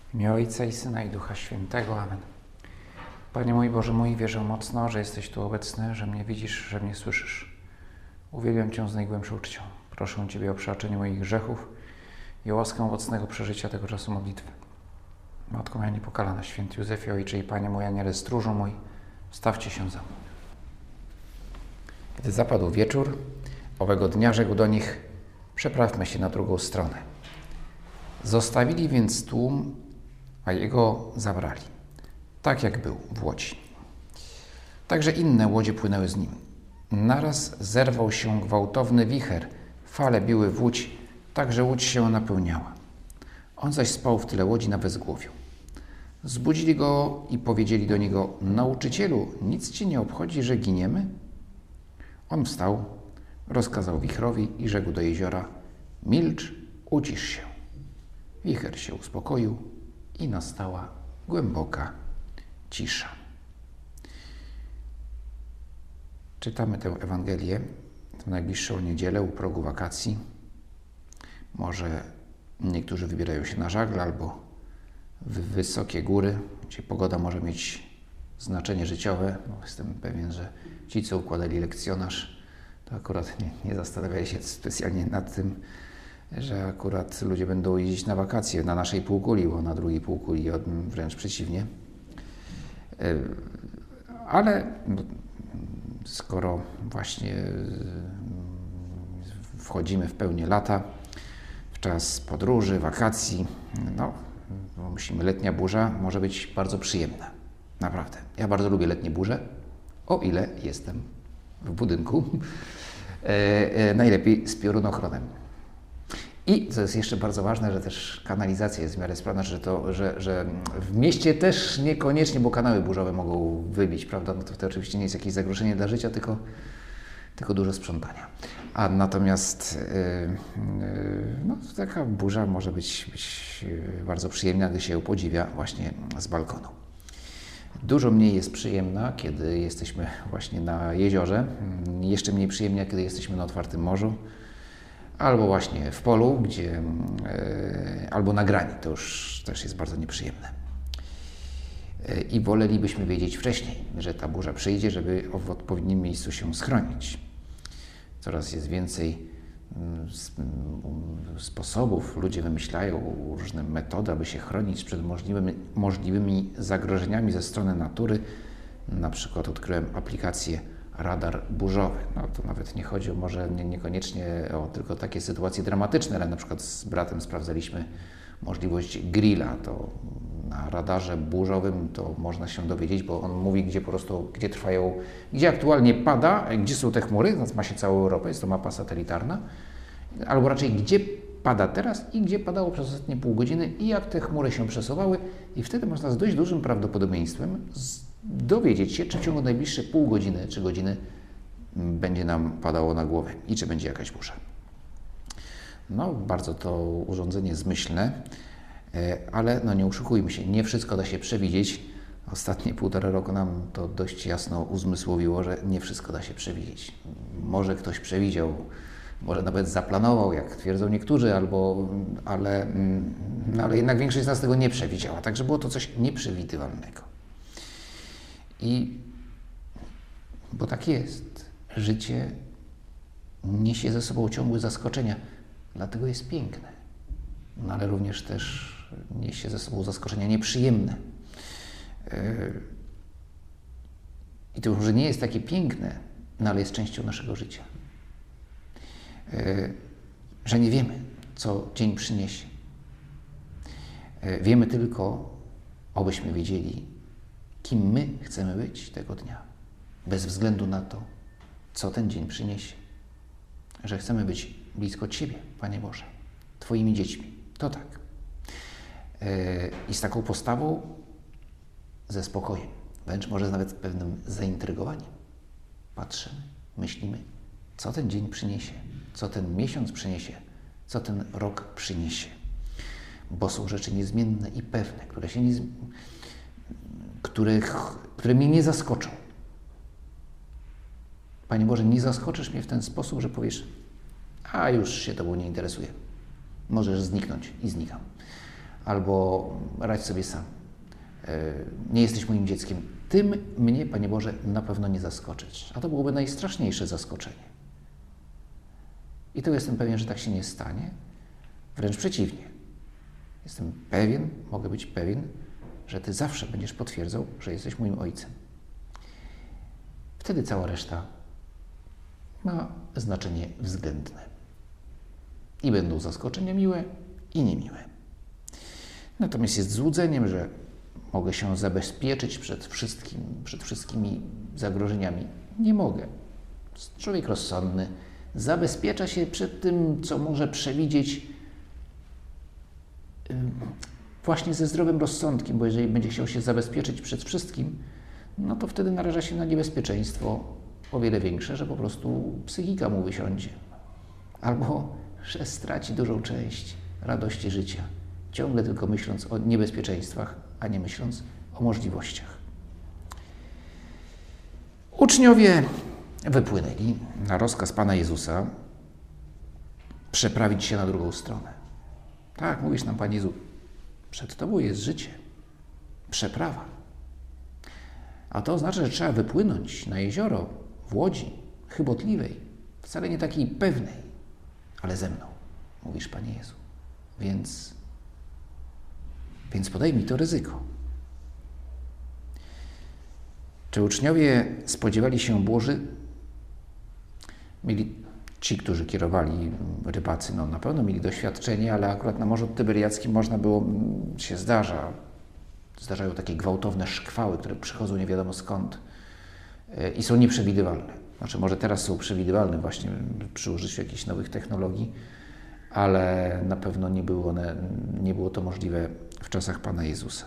W imię Ojca i Syna i Ducha Świętego. Amen. Panie mój, Boże mój, wierzę mocno, że jesteś tu obecny, że mnie widzisz, że mnie słyszysz. Uwielbiam Cię z najgłębszą czcią. Proszę Ciebie o przebaczenie moich grzechów i o łaskę owocnego przeżycia tego czasu modlitwy. Matko moja niepokalana, święty Józefie, Ojcze i Panie mój, Aniele stróżu mój, wstawcie się za mną. Gdy zapadł wieczór, owego dnia rzekł do nich: przeprawmy się na drugą stronę. Zostawili więc tłum, a jego zabrali, tak jak był w łodzi. Także inne łodzie płynęły z nim. Naraz zerwał się gwałtowny wicher, fale biły w łódź, tak że łódź się napełniała. On zaś spał w tyle łodzi na wezgłowiu. Zbudzili go i powiedzieli do niego: nauczycielu, nic ci nie obchodzi, że giniemy? On wstał, rozkazał wichrowi i rzekł do jeziora: milcz, ucisz się. Wicher się uspokoił i nastała głęboka cisza. Czytamy tę Ewangelię w najbliższą niedzielę u progu wakacji. Może niektórzy wybierają się na żagle albo w wysokie góry, gdzie pogoda może mieć znaczenie życiowe. Jestem pewien, że ci, co układali lekcjonarz, to akurat nie zastanawiali się specjalnie nad tym, że akurat ludzie będą jeździć na wakacje na naszej półkuli, bo na drugiej półkuli wręcz przeciwnie. Ale skoro właśnie wchodzimy w pełnię lata, w czas podróży, wakacji, letnia burza może być bardzo przyjemna. Naprawdę. Ja bardzo lubię letnie burze, o ile jestem w budynku. Najlepiej z piorunochronem. I co jest jeszcze bardzo ważne, że też kanalizacja jest w miarę sprawna, że w mieście też niekoniecznie, bo kanały burzowe mogą wybić, prawda? No to oczywiście nie jest jakieś zagrożenie dla życia, tylko dużo sprzątania. A natomiast taka burza może być bardzo przyjemna, gdy się ją podziwia właśnie z balkonu. Dużo mniej jest przyjemna, kiedy jesteśmy właśnie na jeziorze. Jeszcze mniej przyjemna, kiedy jesteśmy na otwartym morzu. Albo właśnie w polu, albo na grani. To już też jest bardzo nieprzyjemne. I wolelibyśmy wiedzieć wcześniej, że ta burza przyjdzie, żeby w odpowiednim miejscu się schronić. Coraz jest więcej sposobów. Ludzie wymyślają różne metody, aby się chronić przed możliwymi zagrożeniami ze strony natury. Na przykład odkryłem aplikację radar burzowy. To nawet nie chodzi może niekoniecznie o tylko takie sytuacje dramatyczne, ale na przykład z bratem sprawdzaliśmy możliwość grilla. To na radarze burzowym to można się dowiedzieć, bo on mówi, gdzie aktualnie pada, gdzie są te chmury, ma się całą Europę, jest to mapa satelitarna, albo raczej gdzie pada teraz i gdzie padało przez ostatnie pół godziny i jak te chmury się przesuwały, i wtedy można z dość dużym prawdopodobieństwem dowiedzieć się, czy w ciągu najbliższe pół godziny czy godziny będzie nam padało na głowę i czy będzie jakaś burza. Bardzo to urządzenie zmyślne, ale nie oszukujmy się, nie wszystko da się przewidzieć. Ostatnie 1,5 roku nam to dość jasno uzmysłowiło, że nie wszystko da się przewidzieć. Może ktoś przewidział, może nawet zaplanował, jak twierdzą niektórzy, ale jednak większość z nas tego nie przewidziała. Także było to coś nieprzewidywalnego. Bo tak jest. Życie niesie ze sobą ciągłe zaskoczenia, dlatego jest piękne. Ale również też niesie ze sobą zaskoczenia nieprzyjemne. I to może nie jest takie piękne, ale jest częścią naszego życia. Że nie wiemy, co dzień przyniesie. Wiemy tylko, obyśmy wiedzieli, kim my chcemy być tego dnia, bez względu na to, co ten dzień przyniesie. Że chcemy być blisko Ciebie, Panie Boże, Twoimi dziećmi. To tak. I z taką postawą, ze spokojem, wręcz może nawet pewnym zaintrygowaniem patrzymy, myślimy, co ten dzień przyniesie, co ten miesiąc przyniesie, co ten rok przyniesie. Bo są rzeczy niezmienne i pewne, które mnie nie zaskoczą. Panie Boże, nie zaskoczysz mnie w ten sposób, że powiesz: a już się Tobą nie interesuje. Możesz zniknąć i znikam. albo radź sobie sam. Nie jesteś moim dzieckiem. Tym mnie, Panie Boże, na pewno nie zaskoczysz. A to byłoby najstraszniejsze zaskoczenie. I tu jestem pewien, że tak się nie stanie. Wręcz przeciwnie. Jestem pewien, mogę być pewien, że Ty zawsze będziesz potwierdzał, że jesteś moim Ojcem. Wtedy cała reszta ma znaczenie względne. I będą zaskoczenia miłe i niemiłe. Natomiast jest złudzeniem, że mogę się zabezpieczyć przed wszystkimi zagrożeniami. Nie mogę. Człowiek rozsądny zabezpiecza się przed tym, co może przewidzieć właśnie ze zdrowym rozsądkiem, bo jeżeli będzie chciał się zabezpieczyć przed wszystkim, no to wtedy naraża się na niebezpieczeństwo o wiele większe, że po prostu psychika mu wysiądzie. Albo że straci dużą część radości życia, ciągle tylko myśląc o niebezpieczeństwach, a nie myśląc o możliwościach. Uczniowie wypłynęli na rozkaz Pana Jezusa przeprawić się na drugą stronę. Tak, mówisz nam, Panie Jezu, przed Tobą jest życie, przeprawa. A to oznacza, że trzeba wypłynąć na jezioro w łodzi chybotliwej, wcale nie takiej pewnej, ale ze mną, mówisz, Panie Jezu. Więc podejmij to ryzyko. Czy uczniowie spodziewali się burzy? Mieli ci, którzy kierowali, rybacy, no na pewno mieli doświadczenie, ale akurat na Morzu Tyberiackim zdarzają takie gwałtowne szkwały, które przychodzą nie wiadomo skąd i są nieprzewidywalne. Znaczy może teraz są przewidywalne właśnie przy użyciu jakichś nowych technologii, ale na pewno nie było to możliwe w czasach Pana Jezusa.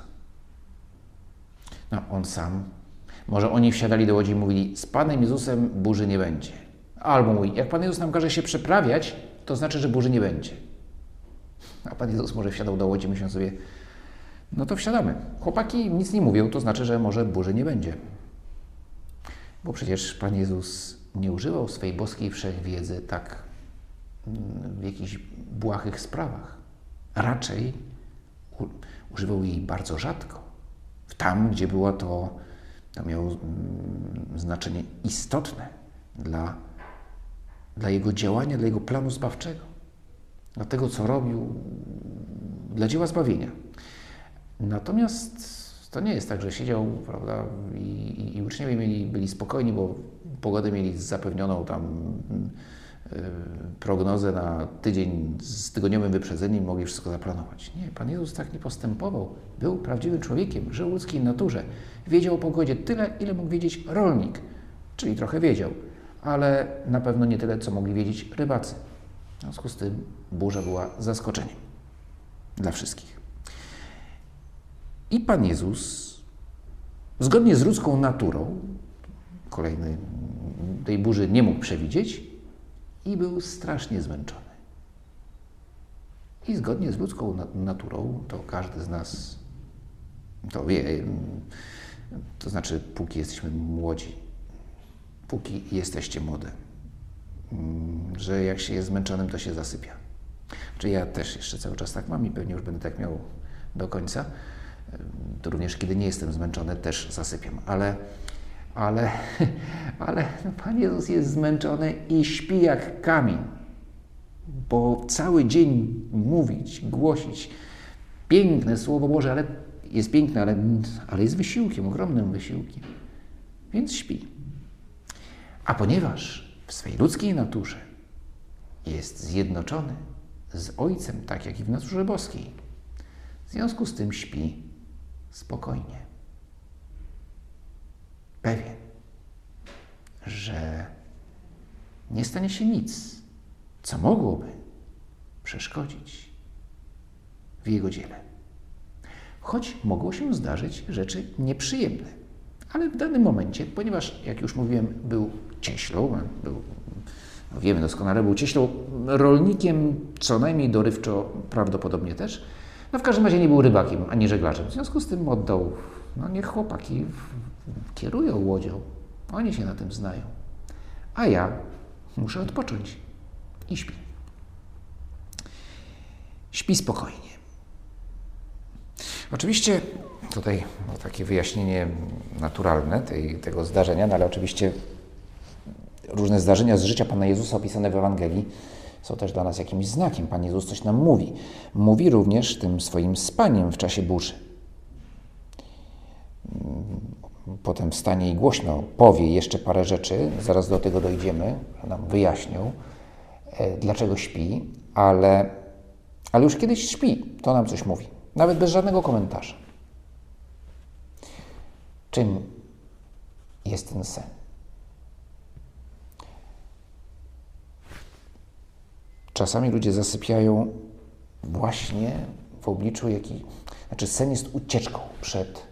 No, On sam. Może oni wsiadali do łodzi i mówili, z Panem Jezusem burzy nie będzie. Albo mówi, jak Pan Jezus nam każe się przeprawiać, to znaczy, że burzy nie będzie. A Pan Jezus może wsiadał do łodzi, myśląc sobie, no to wsiadamy. Chłopaki nic nie mówią, to znaczy, że może burzy nie będzie. Bo przecież Pan Jezus nie używał swojej boskiej wszechwiedzy tak w jakichś błahych sprawach. Raczej używał jej bardzo rzadko. Tam, gdzie było to miało znaczenie istotne dla Jego działania, dla Jego planu zbawczego. Dla tego, co robił dla dzieła zbawienia. Natomiast to nie jest tak, że siedział, prawda, i uczniowie byli spokojni, bo pogodę mieli zapewnioną tam prognozę na tydzień z tygodniowym wyprzedzeniem, mogli wszystko zaplanować. Nie, Pan Jezus tak nie postępował. Był prawdziwym człowiekiem, żył w ludzkiej naturze. Wiedział o pogodzie tyle, ile mógł wiedzieć rolnik, czyli trochę wiedział, ale na pewno nie tyle, co mogli wiedzieć rybacy. W związku z tym burza była zaskoczeniem dla wszystkich. I Pan Jezus, zgodnie z ludzką naturą, tej burzy nie mógł przewidzieć i był strasznie zmęczony. I zgodnie z ludzką naturą, to każdy z nas to wie, to znaczy póki jesteśmy młodzi, póki jesteście młode, że jak się jest zmęczonym, to się zasypia. Czyli ja też jeszcze cały czas tak mam i pewnie już będę tak miał do końca. To również kiedy nie jestem zmęczony, też zasypiam. Ale Pan Jezus jest zmęczony i śpi jak kamień. Bo cały dzień mówić, głosić piękne Słowo Boże, ale jest piękne, ale jest wysiłkiem, ogromnym wysiłkiem. Więc śpi. A ponieważ w swej ludzkiej naturze jest zjednoczony z Ojcem, tak jak i w naturze boskiej, w związku z tym śpi spokojnie. Pewien, że nie stanie się nic, co mogłoby przeszkodzić w Jego dziele. Choć mogło się zdarzyć rzeczy nieprzyjemne. Ale w danym momencie, ponieważ, jak już mówiłem, był cieślą, wiemy doskonale, był cieślą, rolnikiem co najmniej dorywczo, prawdopodobnie też, no w każdym razie nie był rybakiem, ani żeglarzem. W związku z tym oddał, niech chłopaki kierują łodzią, oni się na tym znają. A ja muszę odpocząć i śpi. Śpi spokojnie. Oczywiście tutaj takie wyjaśnienie naturalne tego zdarzenia, no ale oczywiście różne zdarzenia z życia Pana Jezusa opisane w Ewangelii są też dla nas jakimś znakiem. Pan Jezus coś nam mówi. Mówi również tym swoim spaniem w czasie burzy. Potem wstanie i głośno powie jeszcze parę rzeczy, zaraz do tego dojdziemy, nam wyjaśnią, dlaczego śpi, ale już kiedyś śpi, to nam coś mówi, nawet bez żadnego komentarza. Czym jest ten sen? Czasami ludzie zasypiają właśnie w obliczu sen jest ucieczką przed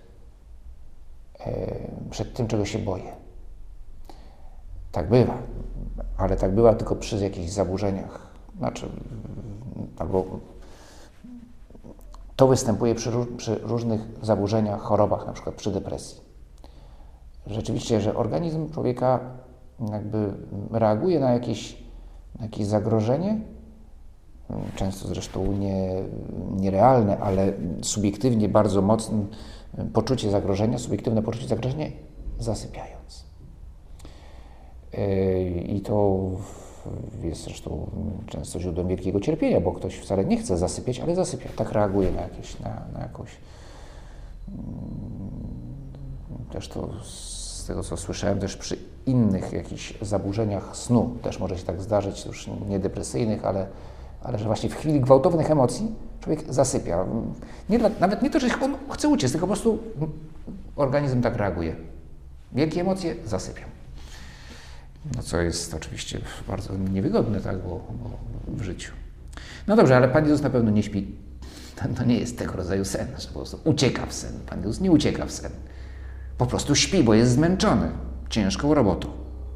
tym, czego się boję. Tak bywa, ale tak bywa tylko przy jakichś zaburzeniach. Albo to występuje przy różnych zaburzeniach, chorobach, na przykład przy depresji. Rzeczywiście, że organizm człowieka reaguje na jakieś zagrożenie, często zresztą nierealne, ale subiektywnie bardzo mocne poczucie zagrożenia, subiektywne poczucie zagrożenia, zasypiając. I to jest zresztą często źródłem wielkiego cierpienia, bo ktoś wcale nie chce zasypiać, ale zasypia. Tak reaguje na jakąś... Też to z tego, co słyszałem, też przy innych jakichś zaburzeniach snu też może się tak zdarzyć, już nie depresyjnych, ale że właśnie w chwili gwałtownych emocji człowiek zasypia. Nawet nie to, że on chce uciec, tylko po prostu organizm tak reaguje. Wielkie emocje, zasypiam. No co jest oczywiście bardzo niewygodne, tak, bo w życiu. No dobrze, ale Pan Jezus na pewno nie śpi. To nie jest tego rodzaju sen, że po prostu ucieka w sen. Pan Jezus nie ucieka w sen. Po prostu śpi, bo jest zmęczony ciężką robotą.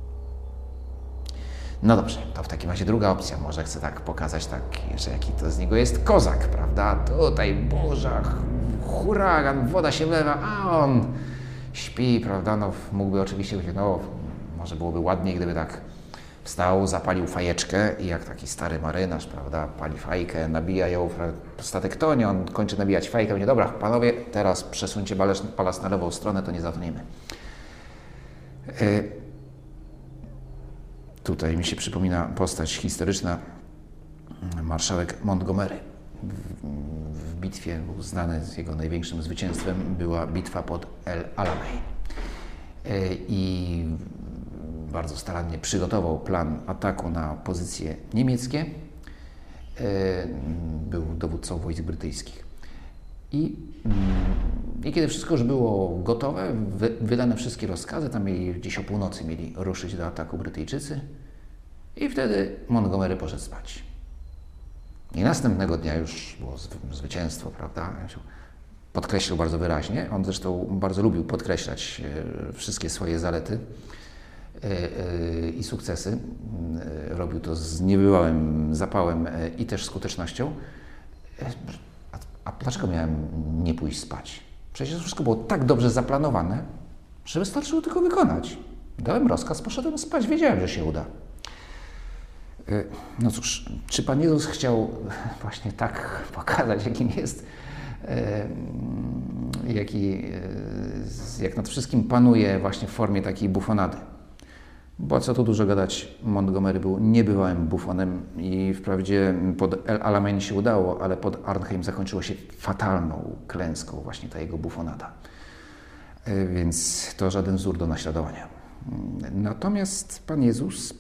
No dobrze, to w takim razie druga opcja. Może chcę tak pokazać, że jaki to z niego jest kozak, prawda? Tutaj burza, huragan, woda się wlewa, a on śpi, prawda? No mógłby oczywiście powiedzieć, może byłoby ładniej, gdyby tak wstał, zapalił fajeczkę i jak taki stary marynarz, prawda, pali fajkę, nabija ją, statek tonie, on kończy nabijać fajkę, mówi, dobra, panowie, teraz przesuńcie balast na lewą stronę, to nie zatoniemy. Tutaj mi się przypomina postać historyczna, marszałek Montgomery. W bitwie, był znany z jego największym zwycięstwem, była bitwa pod El Alamein. I bardzo starannie przygotował plan ataku na pozycje niemieckie. Był dowódcą wojsk brytyjskich. I kiedy wszystko już było gotowe, wydane wszystkie rozkazy, tam gdzieś o północy mieli ruszyć do ataku Brytyjczycy i wtedy Montgomery poszedł spać. I następnego dnia już było zwycięstwo, prawda? Podkreślił bardzo wyraźnie. On zresztą bardzo lubił podkreślać wszystkie swoje zalety i sukcesy. Robił to z niebywałym zapałem i też skutecznością. A dlaczego miałem nie pójść spać? Przecież to wszystko było tak dobrze zaplanowane, że wystarczyło tylko wykonać. Dałem rozkaz, poszedłem spać, wiedziałem, że się uda. No cóż, czy Pan Jezus chciał właśnie tak pokazać, jakim jest, jak nad wszystkim panuje właśnie w formie takiej bufonady? Bo co tu dużo gadać, Montgomery był niebywałym bufonem i wprawdzie pod El Alamein się udało, ale pod Arnhem zakończyło się fatalną klęską właśnie ta jego bufonada. Więc to żaden wzór do naśladowania. Natomiast Pan Jezus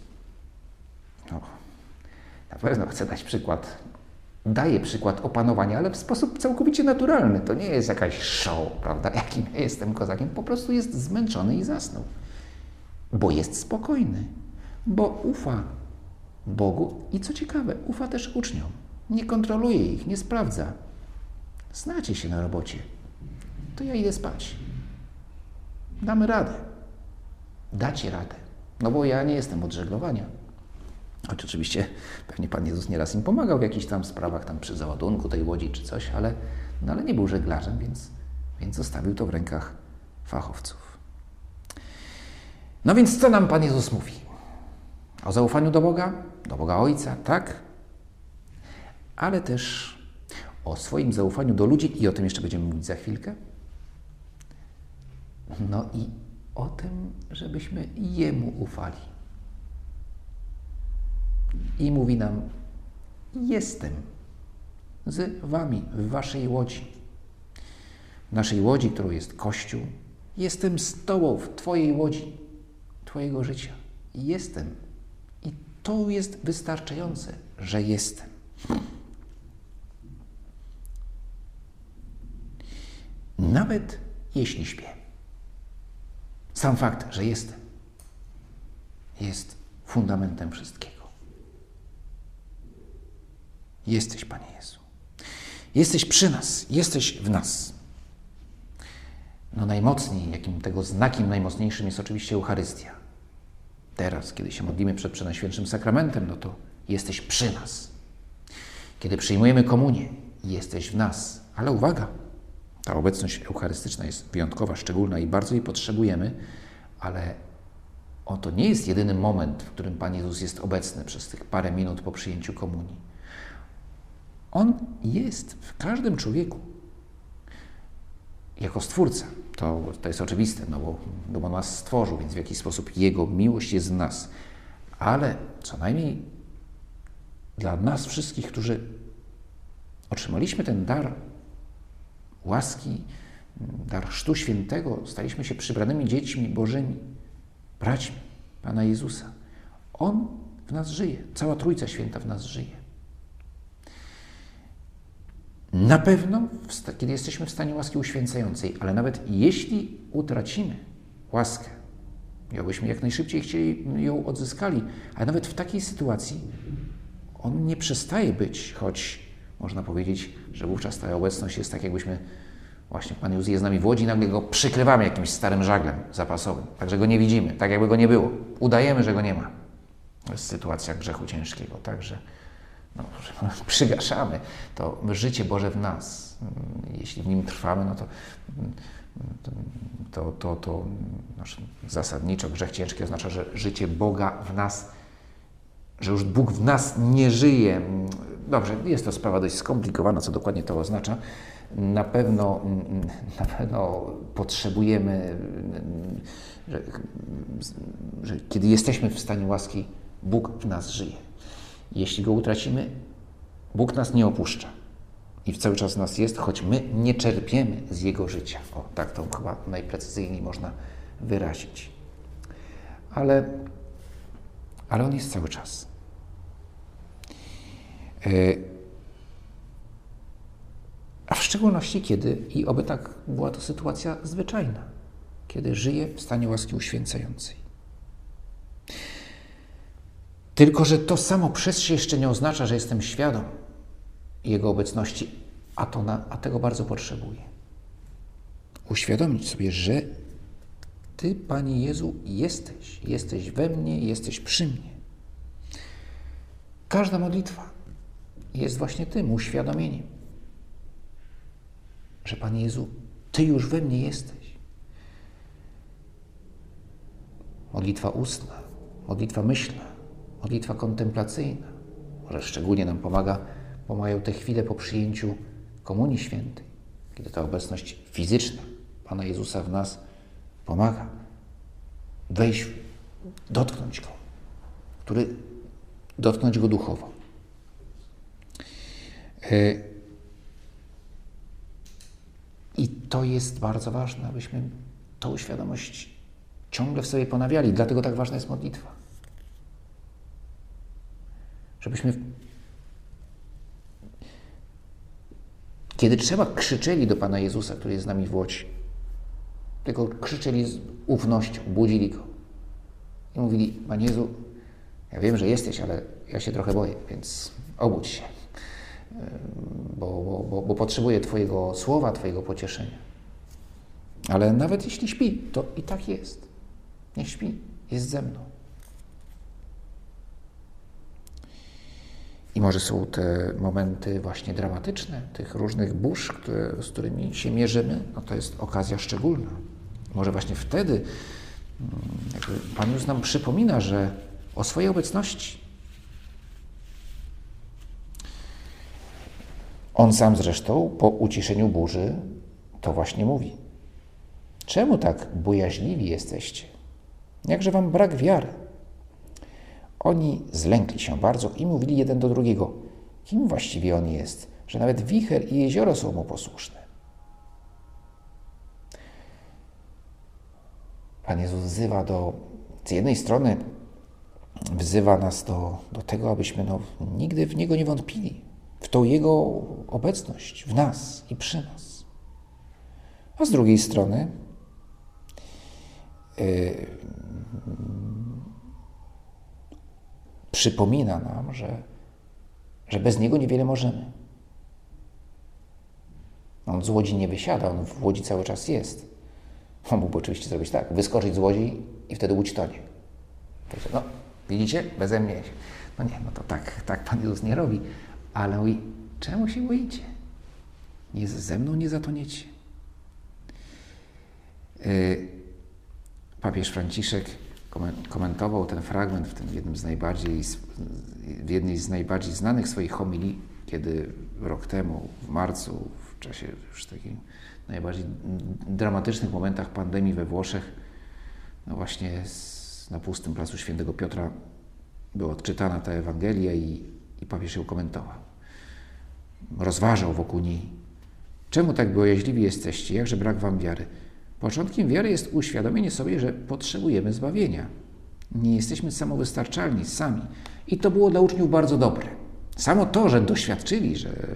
na pewno chce dać przykład, daje przykład opanowania, ale w sposób całkowicie naturalny. To nie jest jakaś show, prawda, jakim ja jestem kozakiem, po prostu jest zmęczony i zasnął. Bo jest spokojny, bo ufa Bogu i co ciekawe, ufa też uczniom. Nie kontroluje ich, nie sprawdza. Znacie się na robocie, to ja idę spać. Damy radę. Dacie radę. No bo ja nie jestem od żeglowania. Choć oczywiście pewnie Pan Jezus nieraz im pomagał w jakichś tam sprawach, tam przy załadunku tej łodzi czy coś, ale nie był żeglarzem, więc zostawił to w rękach fachowców. No więc co nam Pan Jezus mówi? O zaufaniu do Boga Ojca, tak? Ale też o swoim zaufaniu do ludzi i o tym jeszcze będziemy mówić za chwilkę. No i o tym, żebyśmy Jemu ufali. I mówi nam: jestem z wami w waszej łodzi. W naszej łodzi, którą jest Kościół. Jestem z tobą w twojej łodzi, twojego życia. Jestem. I to jest wystarczające, że jestem. Nawet jeśli śpię. Sam fakt, że jestem, jest fundamentem wszystkiego. Jesteś, Panie Jezu. Jesteś przy nas, jesteś w nas. No najmocniej, jakim tego znakiem najmocniejszym jest oczywiście Eucharystia. Teraz, kiedy się modlimy przed Przenajświętszym Sakramentem, no to jesteś przy nas. Kiedy przyjmujemy komunię, jesteś w nas. Ale uwaga, ta obecność eucharystyczna jest wyjątkowa, szczególna i bardzo jej potrzebujemy, ale to nie jest jedyny moment, w którym Pan Jezus jest obecny przez tych parę minut po przyjęciu komunii. On jest w każdym człowieku. Jako Stwórca. To jest oczywiste, bo On nas stworzył, więc w jakiś sposób Jego miłość jest w nas. Ale co najmniej dla nas wszystkich, którzy otrzymaliśmy ten dar łaski, dar Chrztu Świętego, staliśmy się przybranymi dziećmi Bożymi, braćmi Pana Jezusa. On w nas żyje. Cała Trójca Święta w nas żyje. Na pewno, kiedy jesteśmy w stanie łaski uświęcającej, ale nawet jeśli utracimy łaskę, byśmy jak najszybciej chcieli ją odzyskali, ale nawet w takiej sytuacji On nie przestaje być, choć można powiedzieć, że wówczas ta obecność jest tak, jakbyśmy właśnie Pan Jezus jest z nami w łodzi i nagle Go przykrywamy jakimś starym żaglem zapasowym, tak że Go nie widzimy, tak jakby Go nie było. Udajemy, że Go nie ma. To jest sytuacja grzechu ciężkiego, także przygaszamy to życie Boże w nas. Jeśli w nim trwamy, to zasadniczo grzech ciężki oznacza, że życie Boga w nas, że już Bóg w nas nie żyje. Dobrze, jest to sprawa dość skomplikowana, co dokładnie to oznacza. Na pewno potrzebujemy, że kiedy jesteśmy w stanie łaski, Bóg w nas żyje. Jeśli Go utracimy, Bóg nas nie opuszcza i cały czas w nas jest, choć my nie czerpiemy z Jego życia. Tak to chyba najprecyzyjniej można wyrazić. Ale On jest cały czas. A w szczególności kiedy, i oby tak była to sytuacja zwyczajna, kiedy żyję w stanie łaski uświęcającej. Tylko że to samo przez się jeszcze nie oznacza, że jestem świadom Jego obecności, a tego bardzo potrzebuję. Uświadomić sobie, że Ty, Panie Jezu, jesteś we mnie, jesteś przy mnie. Każda modlitwa jest właśnie tym uświadomieniem, że Panie Jezu, Ty już we mnie jesteś. Modlitwa ustna, modlitwa myślna, modlitwa kontemplacyjna, może szczególnie nam pomagają te chwile po przyjęciu Komunii Świętej, kiedy ta obecność fizyczna Pana Jezusa w nas pomaga wejść, dotknąć Go duchowo. I to jest bardzo ważne, abyśmy tą świadomość ciągle w sobie ponawiali, dlatego tak ważna jest modlitwa. Żebyśmy, kiedy trzeba, krzyczeli do Pana Jezusa, który jest z nami w łodzi, tylko krzyczeli z ufnością, budzili Go i mówili: Panie Jezu, ja wiem, że jesteś, ale ja się trochę boję, więc obudź się, bo potrzebuję Twojego słowa, Twojego pocieszenia. Ale nawet jeśli śpi, to i tak jest. Niech śpi, jest ze mną. I może są te momenty właśnie dramatyczne, tych różnych burz, z którymi się mierzymy, to jest okazja szczególna. Może właśnie wtedy Pan Jezus nam przypomina, że o swojej obecności. On sam zresztą po uciszeniu burzy to właśnie mówi. Czemu tak bojaźliwi jesteście? Jakże wam brak wiary? Oni zlękli się bardzo i mówili jeden do drugiego, kim właściwie on jest, że nawet wicher i jezioro są mu posłuszne. Pan Jezus z jednej strony wzywa nas do tego, abyśmy nigdy w Niego nie wątpili, w tą Jego obecność w nas i przy nas. A z drugiej strony przypomina nam, że bez Niego niewiele możemy. On z łodzi nie wysiada, on w łodzi cały czas jest. On mógłby oczywiście zrobić tak, wyskoczyć z łodzi i wtedy łódź tonie. No, widzicie? Beze mnie. No nie, no to tak Pan Jezus nie robi. Ale mówi, czemu się boicie? Ze mną nie zatoniecie. Papież Franciszek komentował ten fragment w jednej z najbardziej znanych swoich homilii, kiedy rok temu, w marcu, w czasie już takich najbardziej dramatycznych momentach pandemii we Włoszech, no właśnie na pustym placu Świętego Piotra była odczytana ta Ewangelia i papież ją komentował. Rozważał wokół niej. Czemu tak bojaźliwi jesteście? Jakże brak wam wiary? Początkiem wiary jest uświadomienie sobie, że potrzebujemy zbawienia. Nie jesteśmy samowystarczalni, sami. I to było dla uczniów bardzo dobre. Samo to, że doświadczyli,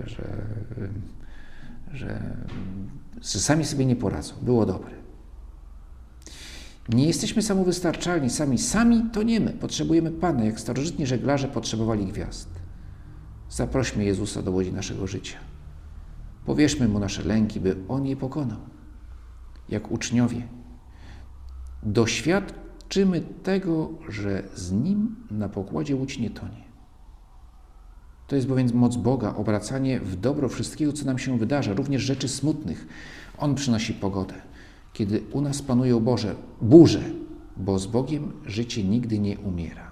że sami sobie nie poradzą, było dobre. Nie jesteśmy samowystarczalni, sami toniemy. Potrzebujemy Pana, jak starożytni żeglarze potrzebowali gwiazd. Zaprośmy Jezusa do łodzi naszego życia. Powierzmy Mu nasze lęki, by On je pokonał. Jak uczniowie, doświadczymy tego, że z Nim na pokładzie łódź nie tonie. To jest bowiem moc Boga, obracanie w dobro wszystkiego, co nam się wydarza, również rzeczy smutnych. On przynosi pogodę. Kiedy u nas panują burze, bo z Bogiem życie nigdy nie umiera.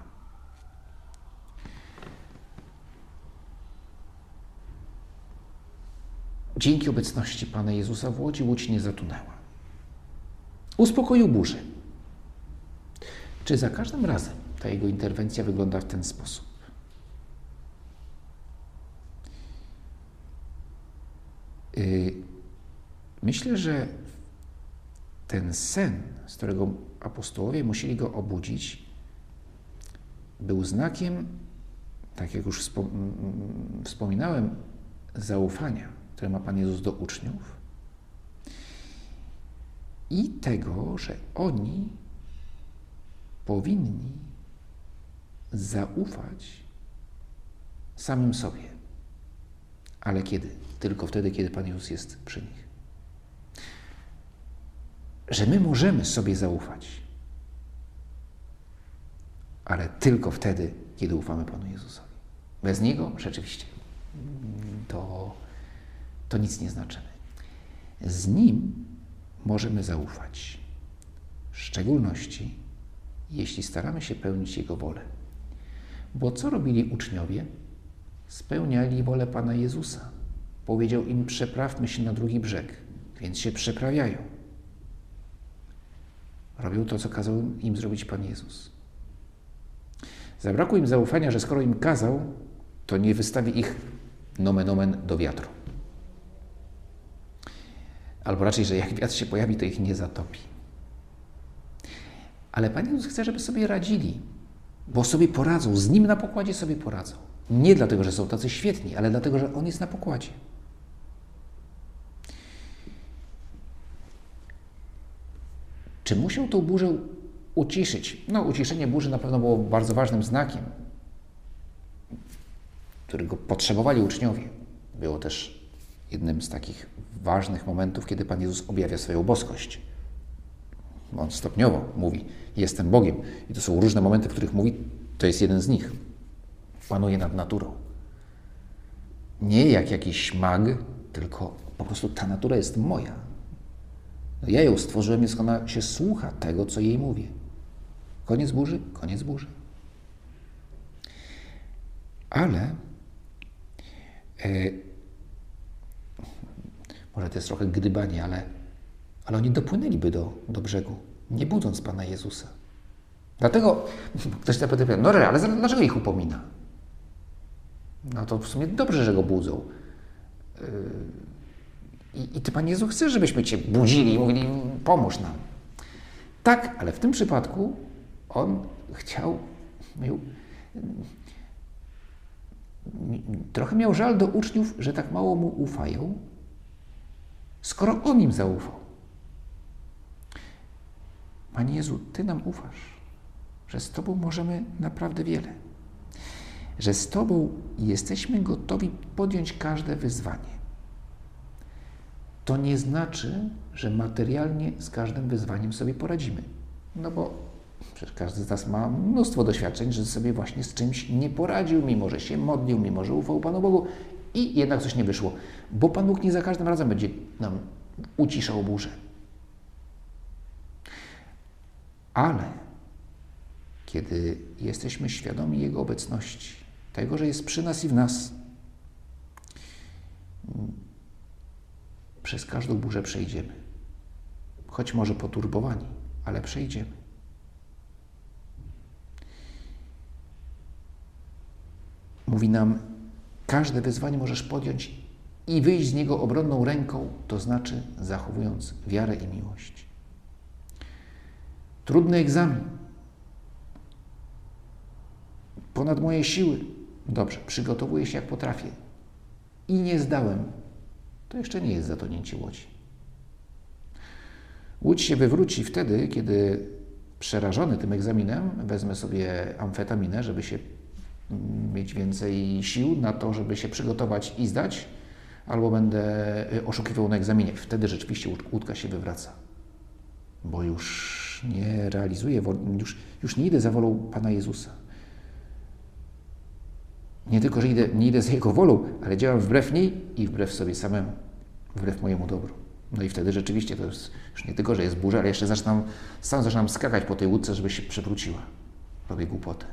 Dzięki obecności Pana Jezusa w łodzi łódź nie zatonęła. Uspokoił burzę. Czy za każdym razem ta Jego interwencja wygląda w ten sposób? Myślę, że ten sen, z którego apostołowie musieli go obudzić, był znakiem, tak jak już wspominałem, zaufania, które ma Pan Jezus do uczniów i tego, że oni powinni zaufać samym sobie. Ale kiedy? Tylko wtedy, kiedy Pan Jezus jest przy nich. Że my możemy sobie zaufać, ale tylko wtedy, kiedy ufamy Panu Jezusowi. Bez Niego rzeczywiście to nic nie znaczymy. Z Nim możemy zaufać, w szczególności jeśli staramy się pełnić Jego wolę. Bo co robili uczniowie? Spełniali wolę Pana Jezusa. Powiedział im, przeprawmy się na drugi brzeg, więc się przeprawiają. Robią to, co kazał im zrobić Pan Jezus. Zabrakło im zaufania, że skoro im kazał, to nie wystawi ich nomen omen do wiatru. Albo raczej, że jak wiatr się pojawi, to ich nie zatopi. Ale Pan Jezus chce, żeby sobie radzili, bo sobie poradzą, z Nim na pokładzie sobie poradzą. Nie dlatego, że są tacy świetni, ale dlatego, że On jest na pokładzie. Czy musiał tą burzę uciszyć? No, uciszenie burzy na pewno było bardzo ważnym znakiem, którego potrzebowali uczniowie. Było też jednym z takich ważnych momentów, kiedy Pan Jezus objawia swoją boskość. On stopniowo mówi, jestem Bogiem. I to są różne momenty, w których mówi, to jest jeden z nich. Panuje nad naturą. Nie jak jakiś mag, tylko po prostu ta natura jest moja. Ja ją stworzyłem, jest ona się słucha tego, co jej mówię. Koniec burzy? Koniec burzy. Ale Może to jest trochę gdybanie, ale oni dopłynęliby do brzegu, nie budząc Pana Jezusa. Dlatego ktoś zapyta, no ale dlaczego ich upomina? No to w sumie dobrze, że go budzą. I Ty, Panie Jezu, chcesz, żebyśmy Cię budzili i mówili, pomóż nam. Tak, ale w tym przypadku On trochę miał żal do uczniów, że tak mało Mu ufają, skoro On im zaufał. Panie Jezu, Ty nam ufasz, że z Tobą możemy naprawdę wiele. Że z Tobą jesteśmy gotowi podjąć każde wyzwanie. To nie znaczy, że materialnie z każdym wyzwaniem sobie poradzimy. No bo przecież każdy z nas ma mnóstwo doświadczeń, że sobie właśnie z czymś nie poradził, mimo że się modlił, mimo że ufał Panu Bogu i jednak coś nie wyszło. Bo Pan Bóg nie za każdym razem będzie nam uciszał burzę. Ale kiedy jesteśmy świadomi Jego obecności, tego, że jest przy nas i w nas, przez każdą burzę przejdziemy. Choć może poturbowani, ale przejdziemy. Mówi nam, każde wyzwanie możesz podjąć i wyjść z niego obronną ręką, to znaczy zachowując wiarę i miłość. Trudny egzamin. Ponad moje siły. Dobrze, przygotowuję się jak potrafię. I nie zdałem. To jeszcze nie jest zatonięcie łodzi. Łódź się wywróci wtedy, kiedy przerażony tym egzaminem wezmę sobie amfetaminę, żeby się mieć więcej sił na to, żeby się przygotować i zdać, albo będę oszukiwał na egzaminie. Wtedy rzeczywiście łódka się wywraca. Bo już nie realizuję, już nie idę za wolą Pana Jezusa. Nie tylko, że nie idę za Jego wolą, ale działam wbrew niej i wbrew sobie samemu, wbrew mojemu dobru. No i wtedy rzeczywiście to jest już nie tylko, że jest burza, ale jeszcze sam zaczynam skakać po tej łódce, żeby się przewróciła. Robię głupotę.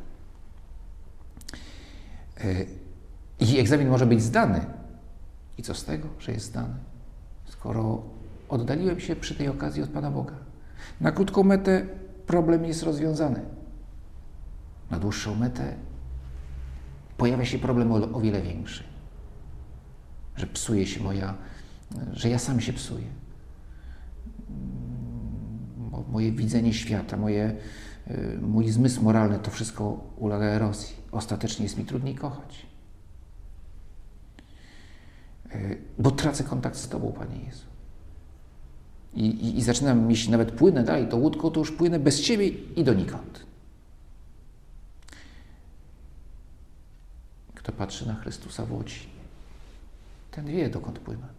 I egzamin może być zdany. I co z tego, że jest zdany? Skoro oddaliłem się przy tej okazji od Pana Boga. Na krótką metę problem jest rozwiązany. Na dłuższą metę pojawia się problem o wiele większy. Że psuje się że ja sam się psuję. Moje widzenie świata, mój zmysł moralny, to wszystko ulega erozji. Ostatecznie jest mi trudniej kochać. Bo tracę kontakt z Tobą, Panie Jezu. I zaczynam, jeśli nawet płynę dalej tą łódką, to już płynę bez Ciebie i donikąd. Kto patrzy na Chrystusa w łodzi, ten wie, dokąd płynąć.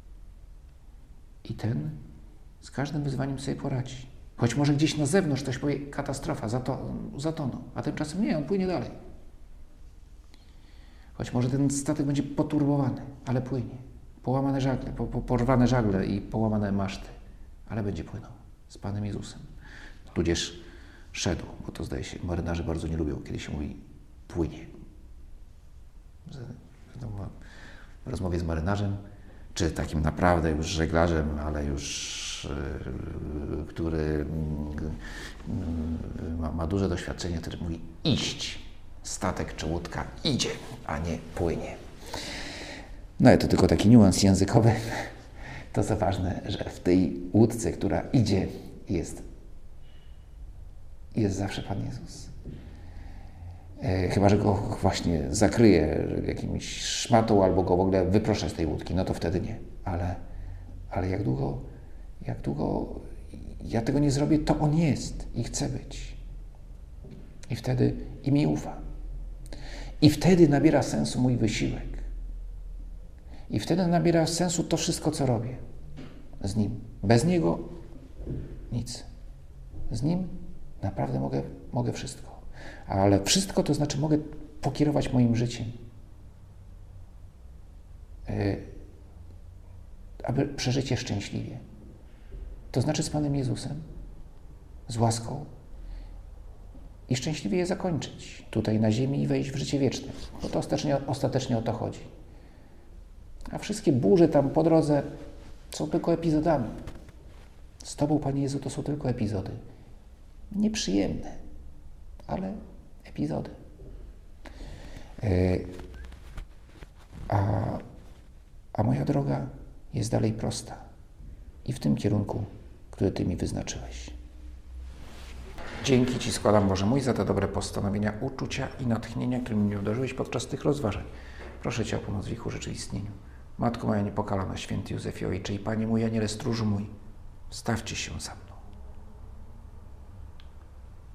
I ten z każdym wyzwaniem sobie poradzi. Choć może gdzieś na zewnątrz ktoś powie, katastrofa, zatonął, a tymczasem nie, on płynie dalej. Choć może ten statek będzie poturbowany, ale płynie. Połamane żagle, porwane żagle i połamane maszty, ale będzie płynął z Panem Jezusem. Tudzież szedł, bo to zdaje się, marynarze bardzo nie lubią, kiedy się mówi płynie. W rozmowie z marynarzem, czy takim naprawdę już żeglarzem, ale już który ma duże doświadczenie, który mówi iść. Statek czy łódka idzie, a nie płynie. No ale to tylko taki niuans językowy. To co ważne, że w tej łódce, która idzie, jest zawsze Pan Jezus. Chyba że go właśnie zakryje jakimś szmatą albo go w ogóle wyproszę z tej łódki, no to wtedy nie. Ale jak długo ja tego nie zrobię, to On jest i chce być. I wtedy i mi ufa. I wtedy nabiera sensu mój wysiłek. I wtedy nabiera sensu to wszystko, co robię z Nim. Bez Niego nic. Z Nim naprawdę mogę wszystko. Ale wszystko to znaczy mogę pokierować moim życiem. Aby przeżyć je szczęśliwie. To znaczy z Panem Jezusem, z łaską i szczęśliwie je zakończyć tutaj na ziemi i wejść w życie wieczne. Bo to ostatecznie o to chodzi. A wszystkie burze tam po drodze są tylko epizodami. Z Tobą, Panie Jezu, to są tylko epizody. Nieprzyjemne, ale epizody. A moja droga jest dalej prosta i w tym kierunku, który Ty mi wyznaczyłeś. Dzięki Ci składam, Boże mój, za te dobre postanowienia, uczucia i natchnienia, którymi mnie obdarzyłeś podczas tych rozważań. Proszę Cię o pomoc w ich urzeczywistnieniu. Matko moja niepokalana, święty Józefie Ojcze i Panie mój, Aniele stróżu mój, stawcie się za mną.